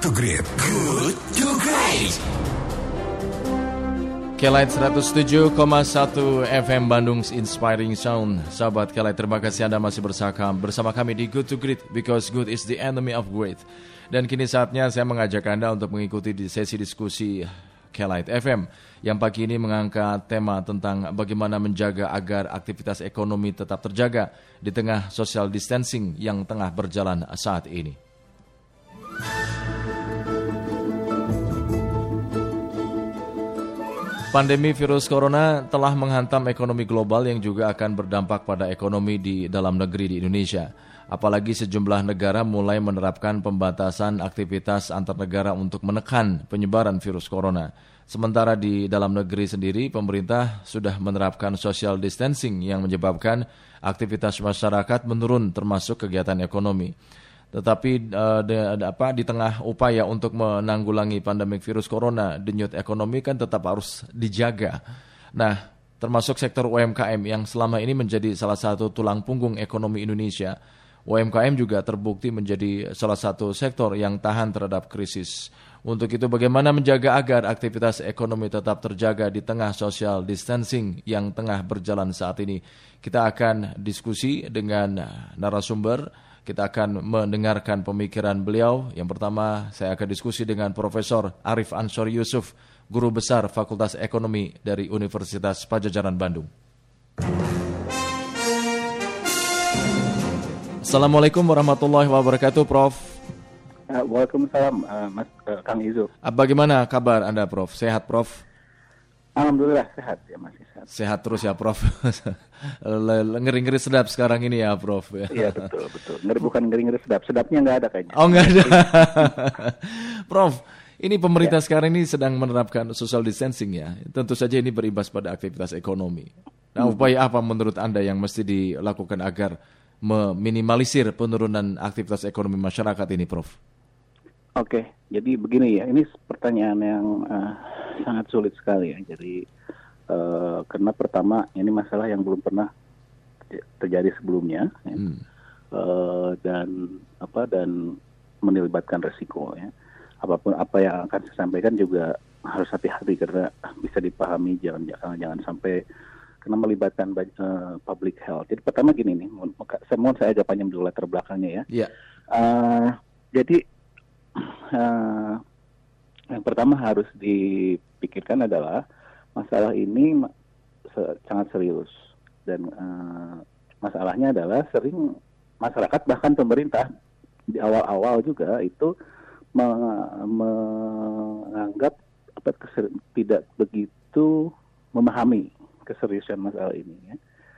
to Great. Good to Great. Kelight 107,1 FM Bandung's Inspiring Sound. Sahabat Kelight, terima kasih Anda masih bersama kami di Good to Great, because good is the enemy of great. Dan kini saatnya saya mengajak Anda untuk mengikuti di sesi diskusi Kelight FM yang pagi ini mengangkat tema tentang bagaimana menjaga agar aktivitas ekonomi tetap terjaga di tengah social distancing yang tengah berjalan saat ini. Pandemi virus corona telah menghantam ekonomi global yang juga akan berdampak pada ekonomi di dalam negeri di Indonesia. Apalagi sejumlah negara mulai menerapkan pembatasan aktivitas antar negara untuk menekan penyebaran virus corona. Sementara di dalam negeri sendiri, pemerintah sudah menerapkan social distancing yang menyebabkan aktivitas masyarakat menurun termasuk kegiatan ekonomi. Tetapi di tengah upaya untuk menanggulangi pandemi virus corona, denyut ekonomi kan tetap harus dijaga. Nah, termasuk sektor UMKM yang selama ini menjadi salah satu tulang punggung ekonomi Indonesia. UMKM juga terbukti menjadi salah satu sektor yang tahan terhadap krisis. Untuk itu, bagaimana menjaga agar aktivitas ekonomi tetap terjaga di tengah social distancing yang tengah berjalan saat ini? Kita akan diskusi dengan narasumber. Kita akan mendengarkan pemikiran beliau. Yang pertama, saya akan diskusi dengan Profesor Arif Ansor Yusuf, Guru Besar Fakultas Ekonomi dari Universitas Padjadjaran Bandung. Assalamualaikum warahmatullahi wabarakatuh, Prof. Waalaikumsalam, Mas Kang Izo. Bagaimana kabar Anda, Prof? Sehat, Prof? Alhamdulillah sehat ya, masih sehat. Sehat terus ya, Prof. Ngeri-ngeri sedap sekarang ini ya, Prof. Iya, betul. Bukan ngeri-ngeri sedap. Sedapnya nggak ada kayaknya. Oh, nggak ada. Prof, ini pemerintah sekarang ini sedang menerapkan social distancing ya. Tentu saja ini berimbas pada aktivitas ekonomi. Nah, upaya apa menurut Anda yang mesti dilakukan agar meminimalisir penurunan aktivitas ekonomi masyarakat ini, Prof? Oke, jadi begini ya. Ini pertanyaan yang sangat sulit sekali ya. Jadi karena pertama ini masalah yang belum pernah terjadi sebelumnya ya. Dan melibatkan resiko ya. Apapun apa yang akan saya sampaikan juga harus hati-hati karena bisa dipahami jangan sampai karena melibatkan public health. Jadi pertama gini nih, saya agak panjang dulu latar belakangnya ya. Yeah. Jadi yang pertama harus dipikirkan adalah masalah ini sangat serius dan masalahnya adalah sering masyarakat bahkan pemerintah di awal-awal juga itu menganggap tidak begitu memahami keseriusan masalah ini ya.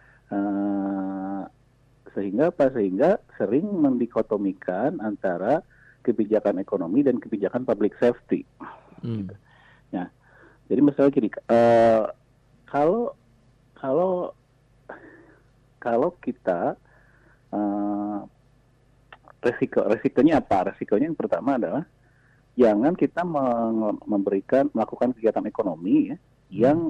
Sehingga sering mendikotomikan antara kebijakan ekonomi dan kebijakan public safety. Gitu. Nah, jadi misalnya gini, kalau kita resikonya apa? Resikonya yang pertama adalah jangan kita melakukan kegiatan ekonomi ya, yang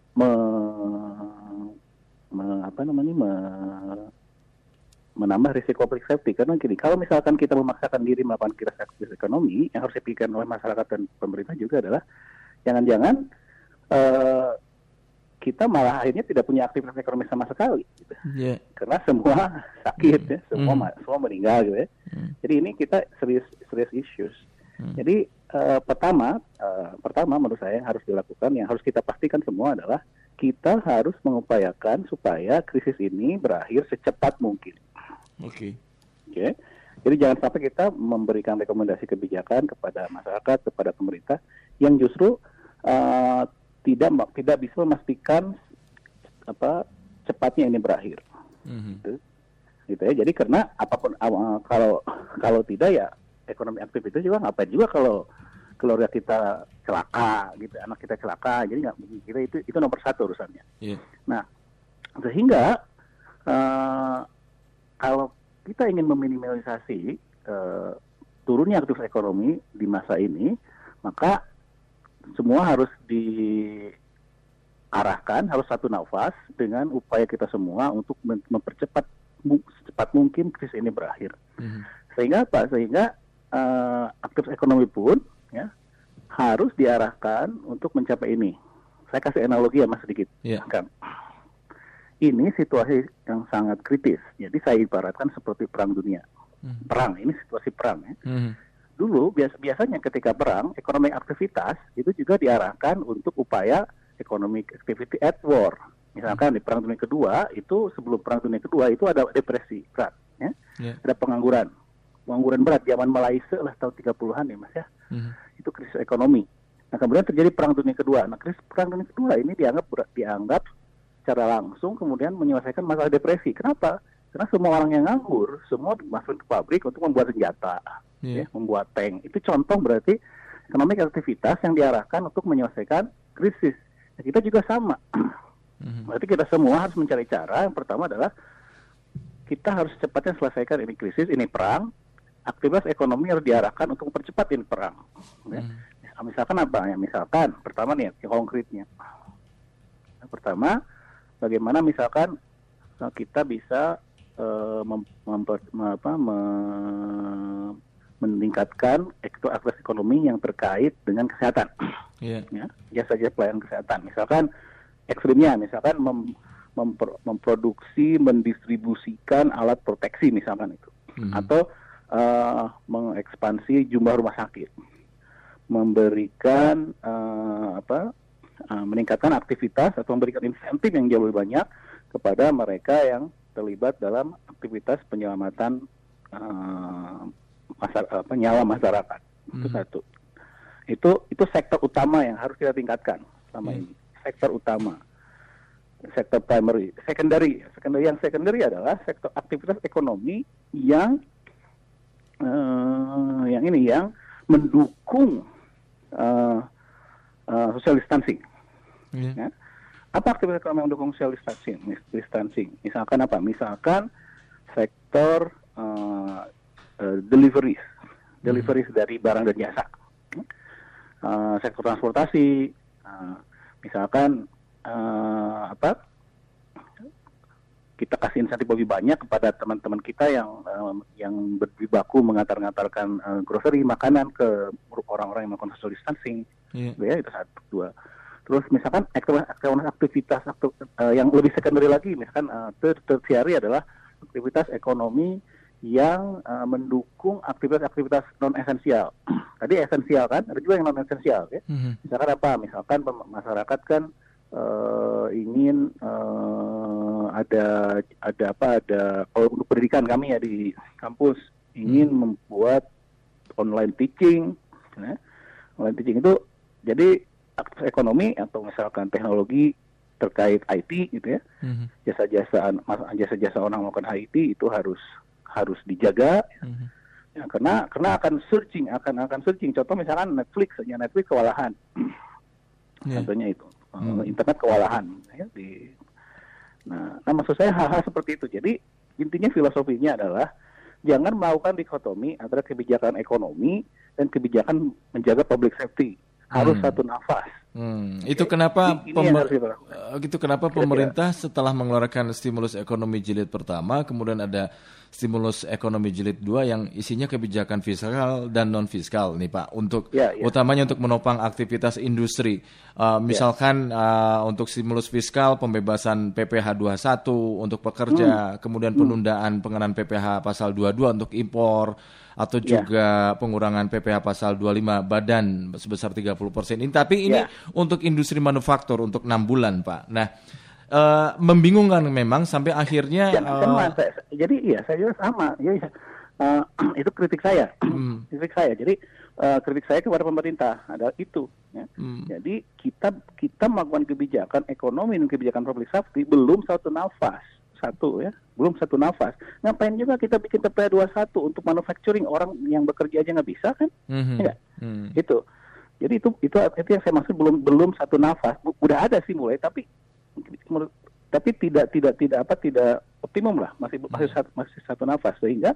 menambah risiko public safety. Karena gini, kalau misalkan kita memaksakan diri melakukan aktivitas ekonomi, yang harus dipikirkan oleh masyarakat dan pemerintah juga adalah jangan-jangan kita malah akhirnya tidak punya aktivitas ekonomi sama sekali gitu. Yeah. Karena semua sakit ya, semua meninggal gitu ya. Jadi ini kita serious issues. Jadi pertama menurut saya yang harus dilakukan, yang harus kita pastikan semua adalah kita harus mengupayakan supaya krisis ini berakhir secepat mungkin. Oke. Jadi jangan sampai kita memberikan rekomendasi kebijakan kepada masyarakat, kepada pemerintah yang justru tidak bisa memastikan cepatnya ini berakhir. Gitu ya. Jadi karena apapun kalau tidak ya ekonomi aktif itu juga ngapain juga kalau keluarga kita celaka gitu, anak kita celaka, jadi nggak kita itu nomor satu urusannya. Yeah. Nah, sehingga kalau kita ingin meminimalisasi turunnya aktivitas ekonomi di masa ini, maka semua harus diarahkan, harus satu nafas dengan upaya kita semua untuk mempercepat secepat mungkin krisis ini berakhir. Sehingga apa? Sehingga aktivitas ekonomi pun ya harus diarahkan untuk mencapai ini. Saya kasih analogi ya Mas sedikit. Kan. Ini situasi yang sangat kritis. Jadi saya ibaratkan seperti perang dunia. Perang, ini situasi perang ya. Dulu biasanya ketika perang, ekonomi aktivitas itu juga diarahkan untuk upaya economic activity at war. Misalkan di Perang Dunia Kedua, itu sebelum Perang Dunia Kedua itu ada depresi berat, ya. Ada pengangguran berat zaman Malaysia lah tahun 30-an ya Mas ya. Itu krisis ekonomi. Nah kemudian terjadi Perang Dunia Kedua. Nah krisis Perang Dunia Kedua ini dianggap secara langsung kemudian menyelesaikan masalah depresi. Kenapa? Karena semua orang yang nganggur, semua masuk ke pabrik untuk membuat senjata, ya, membuat tank. Itu contoh berarti ekonomi aktivitas yang diarahkan untuk menyelesaikan krisis. Nah, kita juga sama. Berarti kita semua harus mencari cara. Yang pertama adalah kita harus cepatnya selesaikan ini krisis, ini perang. Aktivitas ekonomi harus diarahkan untuk mempercepat ini perang. Ya. Misalkan apa ya? Misalkan pertama nih konkretnya. Yang pertama, bagaimana misalkan kita bisa meningkatkan aktivitas ekonomi yang terkait dengan kesehatan, ya, jasa-jasa pelayanan kesehatan. Misalkan ekstrimnya, misalkan memproduksi, mendistribusikan alat proteksi, misalkan itu, atau mengekspansi jumlah rumah sakit, memberikan meningkatkan aktivitas atau memberikan insentif yang jauh lebih banyak kepada mereka yang terlibat dalam aktivitas penyelamatan nyawa masyarakat. Itu satu. Itu sektor utama yang harus kita tingkatkan selama ini. Sektor utama. Sektor primary. Secondary adalah sektor aktivitas ekonomi yang mendukung social distancing. Ya. Apa aktivitas ekonomi yang mendukung social distancing? Misalkan apa? Misalkan sektor deliveries dari barang dan jasa. Sektor transportasi, misalkan kita kasih insentif lebih banyak kepada teman-teman kita yang berjibaku mengantarkan grocery, makanan ke orang-orang yang melakukan social distancing. Ya, itu satu, dua. Terus misalkan aktivitas yang lebih secondary lagi, misalkan tertiary adalah aktivitas ekonomi yang mendukung aktivitas non esensial. Tadi esensial kan, ada juga yang non esensial, ya. Misalkan apa? Misalkan masyarakat kan ingin ada kalau untuk pendidikan kami ya di kampus ingin membuat online teaching, ya. Online teaching itu jadi ekonomi atau misalkan teknologi terkait IT gitu ya, jasa-jasa orang melakukan IT itu harus dijaga, ya, karena akan searching. Contoh misalkan Netflix kewalahan, contohnya itu internet kewalahan, ya, nah maksud saya hal-hal seperti itu. Jadi intinya filosofinya adalah jangan melakukan dikotomi antara kebijakan ekonomi dan kebijakan menjaga public safety. Harus satu nafas. Itu kenapa pemerintah setelah mengeluarkan stimulus ekonomi jilid pertama, kemudian ada stimulus ekonomi jilid 2 yang isinya kebijakan fiskal dan non fiskal nih Pak, untuk utamanya untuk menopang aktivitas industri. Misalkan untuk stimulus fiskal pembebasan PPh 21 untuk pekerja, kemudian penundaan pengenaan PPh pasal 22 untuk impor, atau juga pengurangan PPh pasal 25 badan sebesar 30%. Tapi ini untuk industri manufaktur untuk 6 bulan, Pak. Nah, membingungkan memang sampai akhirnya. Saya juga sama. Itu kritik saya. Jadi kritik saya kepada pemerintah adalah itu. Ya. Jadi kita melakukan kebijakan ekonomi dan kebijakan public safety belum satu nafas. Belum satu nafas. Ngapain juga kita bikin TPA 21 untuk manufacturing, orang yang bekerja aja nggak bisa kan? Itu. Jadi itu yang saya maksud belum satu nafas. Udah ada sih mulai, tapi tidak optimum lah, masih satu nafas, sehingga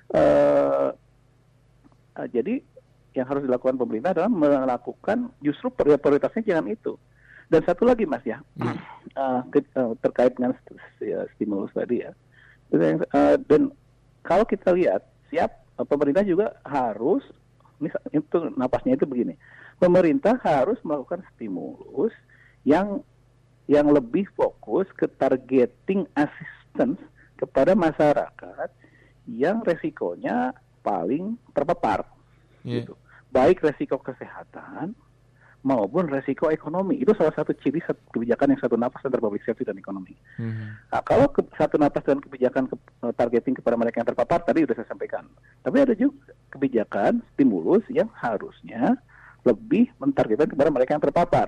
jadi yang harus dilakukan pemerintah adalah melakukan justru prioritasnya jangan itu. Dan satu lagi Mas ya, terkait dengan stimulus tadi ya. Dan kalau kita lihat, pemerintah juga harus itu napasnya itu begini. Pemerintah harus melakukan stimulus yang lebih fokus ke targeting assistance kepada masyarakat yang resikonya paling terpapar, gitu. Baik resiko kesehatan maupun resiko ekonomi. Itu salah satu ciri kebijakan yang satu napas antara public safety dan ekonomi. Nah, kalau satu napas dan kebijakan targeting kepada mereka yang terpapar, tadi sudah saya sampaikan. Tapi ada juga kebijakan stimulus yang harusnya lebih mentargetkan kepada mereka yang terpapar.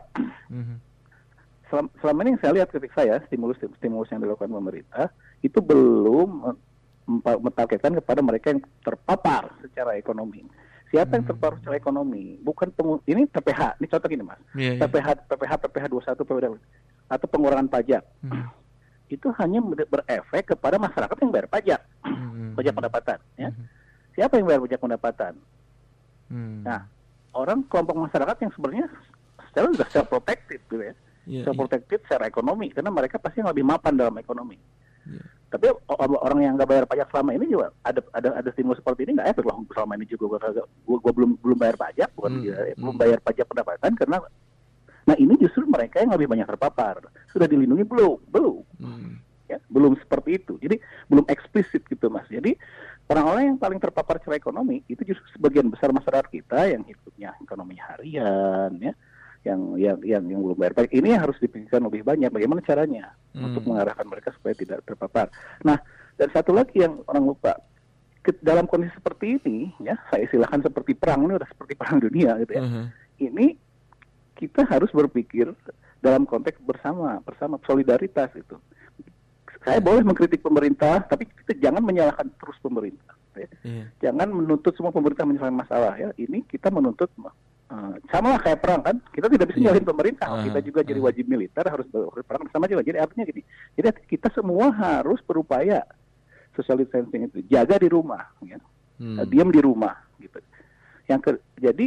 Selama ini yang saya lihat ketika saya, stimulus yang dilakukan pemerintah, itu belum mentargetkan kepada mereka yang terpapar secara ekonomi. Siapa yang terpapar secara ekonomi? Bukan ini PPH. Ini contoh gini, Mas. PPH 21 atau pengurangan pajak. Itu hanya berefek kepada masyarakat yang bayar pajak. Pajak pendapatan, ya. Siapa yang bayar pajak pendapatan? Nah, kelompok masyarakat yang sebenarnya secara sudah self-protected gitu ya. Self-protected secara ekonomi karena mereka pasti yang lebih mapan dalam ekonomi. Tapi orang yang nggak bayar pajak selama ini juga ada stimulus seperti ini nggak efek loh. Selama ini juga gue belum bayar pajak, belum bayar pajak pendapatan karena nah ini justru mereka yang lebih banyak terpapar. Sudah dilindungi belum, ya, belum seperti itu. Jadi belum eksplisit gitu, Mas. Jadi orang-orang yang paling terpapar secara ekonomi itu justru sebagian besar masyarakat kita yang hidupnya ekonomi harian, ya. Yang belum bayar pajak ini harus dipikirkan lebih banyak bagaimana caranya untuk mengarahkan mereka supaya tidak terpapar. Nah, dan satu lagi yang orang lupa, dalam kondisi seperti ini, ya saya istilahkan seperti perang, ini udah seperti perang dunia gitu ya. Ini kita harus berpikir dalam konteks bersama solidaritas itu. Saya boleh mengkritik pemerintah, tapi kita jangan menyalahkan terus pemerintah. Ya. Jangan menuntut semua pemerintah menyelesaikan masalah. Ya, ini kita menuntut sama lah kayak perang kan, kita tidak bisa nyalahin pemerintah, kita juga jadi wajib militer harus berperang sama juga. Jadi artinya gini, jadi kita semua harus berupaya social distancing itu, jaga di rumah, ya. Diam di rumah, gitu. Jadi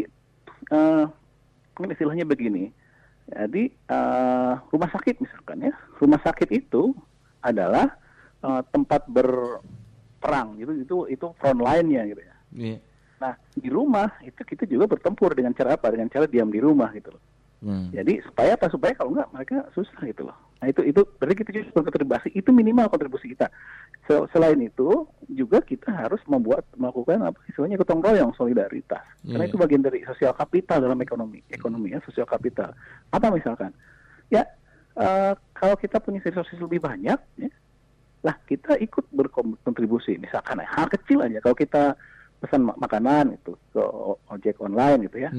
mungkin istilahnya begini, jadi rumah sakit misalkan ya, rumah sakit itu adalah tempat berperang, gitu, itu front line-nya gitu ya. Nah, di rumah itu kita juga bertempur dengan cara apa? Dengan cara diam di rumah gitu loh. Jadi supaya kalau enggak mereka susah gitu loh. Nah, itu berarti kita juga berkontribusi, itu minimal kontribusi kita. Selain itu juga kita harus melakukan apa istilahnya gotong royong, solidaritas. Karena itu bagian dari sosial kapital dalam ekonomi ya, sosial kapital. Apa misalkan? Ya kalau kita punya resources lebih banyak ya, lah kita ikut berkontribusi. Misalkan hal kecil aja, kalau kita pesan makanan itu ke ojek online gitu ya.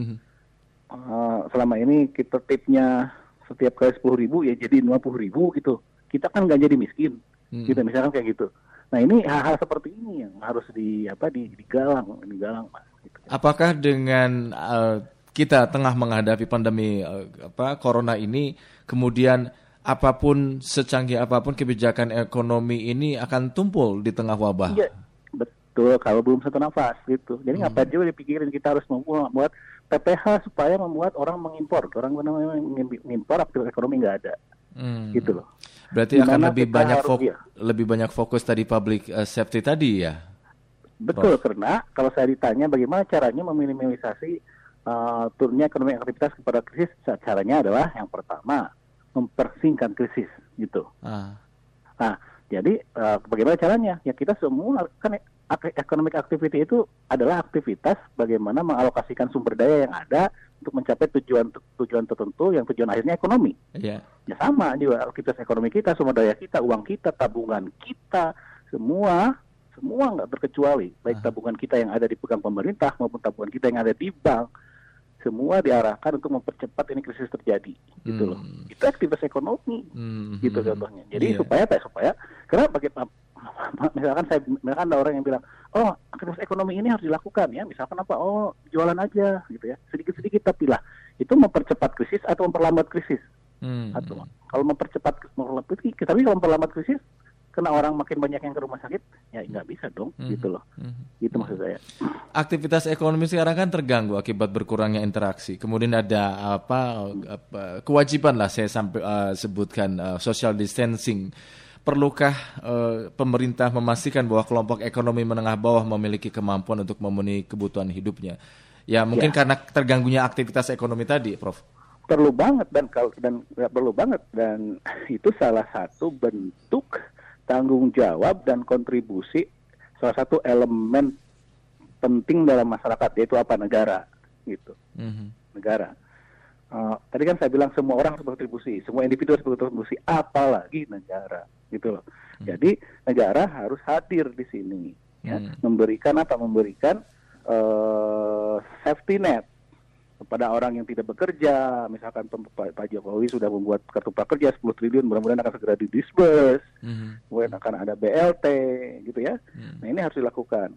Selama ini kita tipnya setiap kali 10.000 ya jadi 50.000 gitu. Kita kan nggak jadi miskin, gitu misalkan kayak gitu. Nah ini hal-hal seperti ini yang harus digalang Mas. Gitu. Apakah dengan kita tengah menghadapi pandemi corona ini, kemudian apapun secanggih apapun kebijakan ekonomi ini akan tumpul di tengah wabah? Iya. Kalau belum satu nafas gitu. Jadi ngapain juga dipikirin kita harus membuat PPH supaya membuat orang mengimpor. Orang mengimpor aktivitas ekonomi nggak ada. Gitu loh. Berarti akan lebih banyak fokus tadi public safety tadi ya? Betul, karena kalau saya ditanya bagaimana caranya meminimalisasi turunnya ekonomi aktivitas kepada krisis, caranya adalah yang pertama mempersingkat krisis gitu. Nah, jadi bagaimana caranya? Ya kita semua kan economic activity itu adalah aktivitas bagaimana mengalokasikan sumber daya yang ada untuk mencapai tujuan tertentu yang tujuan akhirnya ekonomi. Ya sama juga aktivitas ekonomi kita, sumber daya kita, uang kita, tabungan kita, semua nggak terkecuali, baik tabungan kita yang ada dipegang pemerintah maupun tabungan kita yang ada di bank, semua diarahkan untuk mempercepat ini krisis terjadi, gitu loh. Itu aktivitas ekonomi, gitu contohnya. Jadi supaya karena misalkan ada orang yang bilang, oh aktivitas ekonomi ini harus dilakukan ya, misalkan apa, oh jualan aja gitu ya, sedikit-sedikit tapi lah, itu mempercepat krisis atau memperlambat krisis. Atau kalau memperlambat krisis, kena orang makin banyak yang ke rumah sakit, ya nggak bisa dong, gitu loh. Gitu maksud saya. Aktivitas ekonomi sekarang kan terganggu akibat berkurangnya interaksi. Kemudian ada kewajiban lah saya sebutkan social distancing. Perlukah pemerintah memastikan bahwa kelompok ekonomi menengah bawah memiliki kemampuan untuk memenuhi kebutuhan hidupnya? Ya mungkin karena terganggunya aktivitas ekonomi tadi, Prof. Perlu banget dan perlu banget, dan itu salah satu bentuk tanggung jawab dan kontribusi, salah satu elemen penting dalam masyarakat, yaitu apa? Negara, gitu. Negara. Tadi kan saya bilang semua orang harus berkontribusi, semua individu harus berkontribusi, apalagi negara, gitu loh. Jadi negara harus hadir di sini, ya, memberikan safety net kepada orang yang tidak bekerja. Misalkan Pak Jokowi sudah membuat kartu prakerja 10 triliun, mudah-mudahan akan segera didisburse, kemudian akan ada BLT, gitu ya. Nah ini harus dilakukan.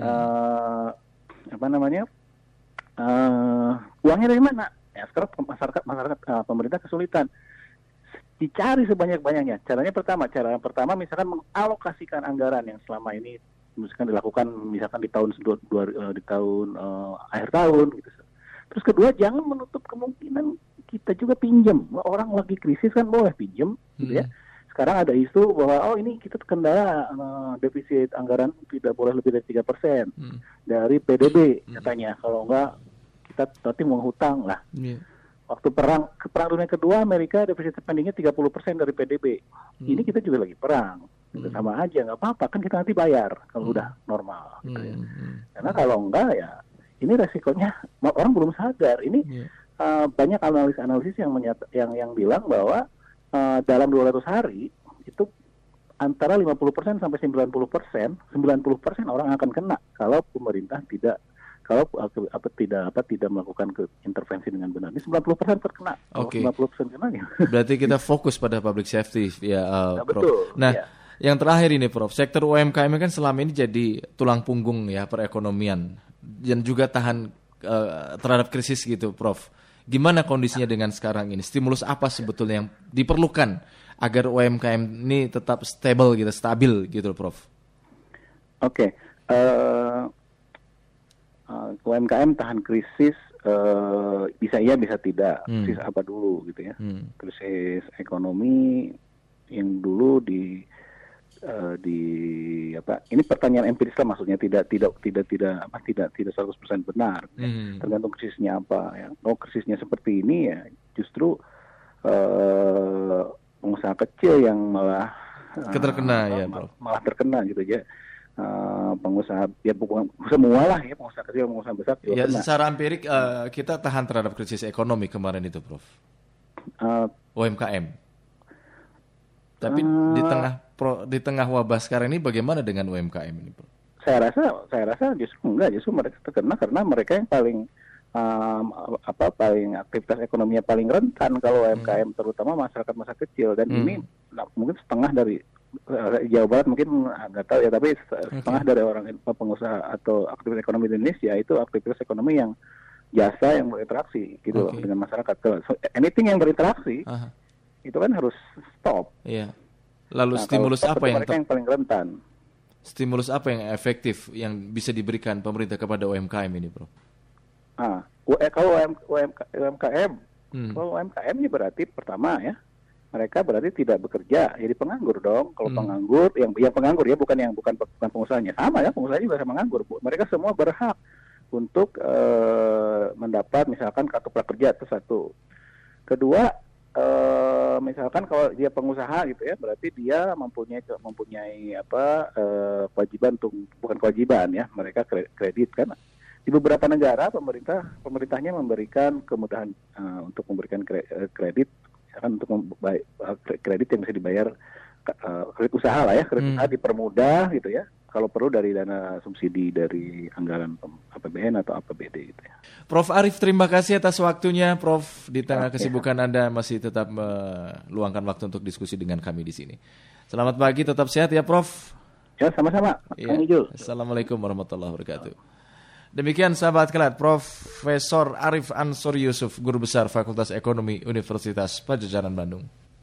Uangnya dari mana? Ya sekarang masyarakat pemerintah kesulitan. Dicari sebanyak-banyaknya. Cara pertama misalkan mengalokasikan anggaran yang selama ini misalkan dilakukan misalkan di tahun akhir tahun gitu. Terus kedua, jangan menutup kemungkinan kita juga pinjam. Orang lagi krisis kan boleh pinjam, gitu ya. Sekarang ada isu bahwa ini kita terkendala defisit anggaran tidak boleh lebih dari 3% dari PDB katanya. Kalau enggak kita nanti menghutang lah. Waktu perang dunia kedua, Amerika defisit spendingnya 30% dari PDB. Ini kita juga lagi perang. Sama aja, nggak apa-apa kan kita nanti bayar kalau udah normal. Gitu ya. Karena kalau enggak ya ini resikonya orang belum sadar. Ini banyak analisis yang bilang bahwa dalam 200 hari itu antara 50% sampai 90% orang akan kena kalau pemerintah tidak melakukan intervensi dengan benar. Ini 90% terkena. Oke. 90% kena ya. Berarti kita fokus pada public safety ya, Prof. Betul. Nah, yang terakhir ini, Prof, sektor UMKM kan selama ini jadi tulang punggung ya perekonomian dan juga tahan terhadap krisis gitu, Prof. Gimana kondisinya dengan sekarang ini? Stimulus apa sebetulnya yang diperlukan agar UMKM ini tetap stabil gitu, Prof? Oke. UMKM tahan krisis bisa iya bisa tidak. Krisis apa dulu gitu ya? Krisis ekonomi yang dulu ini pertanyaan empiris lah, maksudnya tidak 100% benar. Tergantung krisisnya apa ya. Kalau krisisnya seperti ini ya justru pengusaha kecil yang malah terkena gitu ya. Pengusaha ya bukan semua lah ya, pengusaha kecil, pengusaha besar ya, secara empirik kita tahan terhadap krisis ekonomi kemarin itu, Prof. UMKM. Tapi di tengah wabah sekarang ini bagaimana dengan UMKM ini, Prof? Saya rasa justru mereka terkena karena mereka yang paling aktivitas ekonominya paling rentan kalau UMKM, terutama masyarakat masa kecil, dan ini mungkin setengah dari Jawa Barat, mungkin nggak tahu ya, tapi setengah dari orang pengusaha atau aktivitas ekonomi di Indonesia itu aktivitas ekonomi yang jasa yang berinteraksi gitu dengan masyarakat. So, anything yang berinteraksi itu kan harus stop. Iya. Lalu stimulus apa yang paling rentan? Stimulus apa yang efektif yang bisa diberikan pemerintah kepada UMKM ini, Bro? Kalau UMKM ini berarti pertama ya, mereka berarti tidak bekerja, jadi penganggur dong. Kalau penganggur, yang penganggur ya, bukan pengusahanya. Sama ya, pengusaha juga menganggur. Mereka semua berhak untuk mendapat misalkan kartu prakerja, itu satu. Kedua, misalkan kalau dia pengusaha gitu ya, berarti dia mempunyai kewajiban untuk, bukan kewajiban ya, mereka kredit kan. Di beberapa negara pemerintahnya memberikan kemudahan untuk memberikan kredit, misalkan untuk kredit yang bisa dibayar kredit usaha lah ya, kredit usaha dipermudah gitu ya, kalau perlu dari dana subsidi dari anggaran APBN atau APBD gitu ya. Prof Arief, terima kasih atas waktunya, Prof. Di tengah kesibukan Anda masih tetap meluangkan waktu untuk diskusi dengan kami di sini. Selamat pagi, tetap sehat ya, Prof. Ya, sama-sama. Ya. Assalamualaikum warahmatullahi wabarakatuh. Demikian sahabat kelat, Profesor Arief Ansor Yusuf, Guru Besar Fakultas Ekonomi Universitas Padjadjaran Bandung.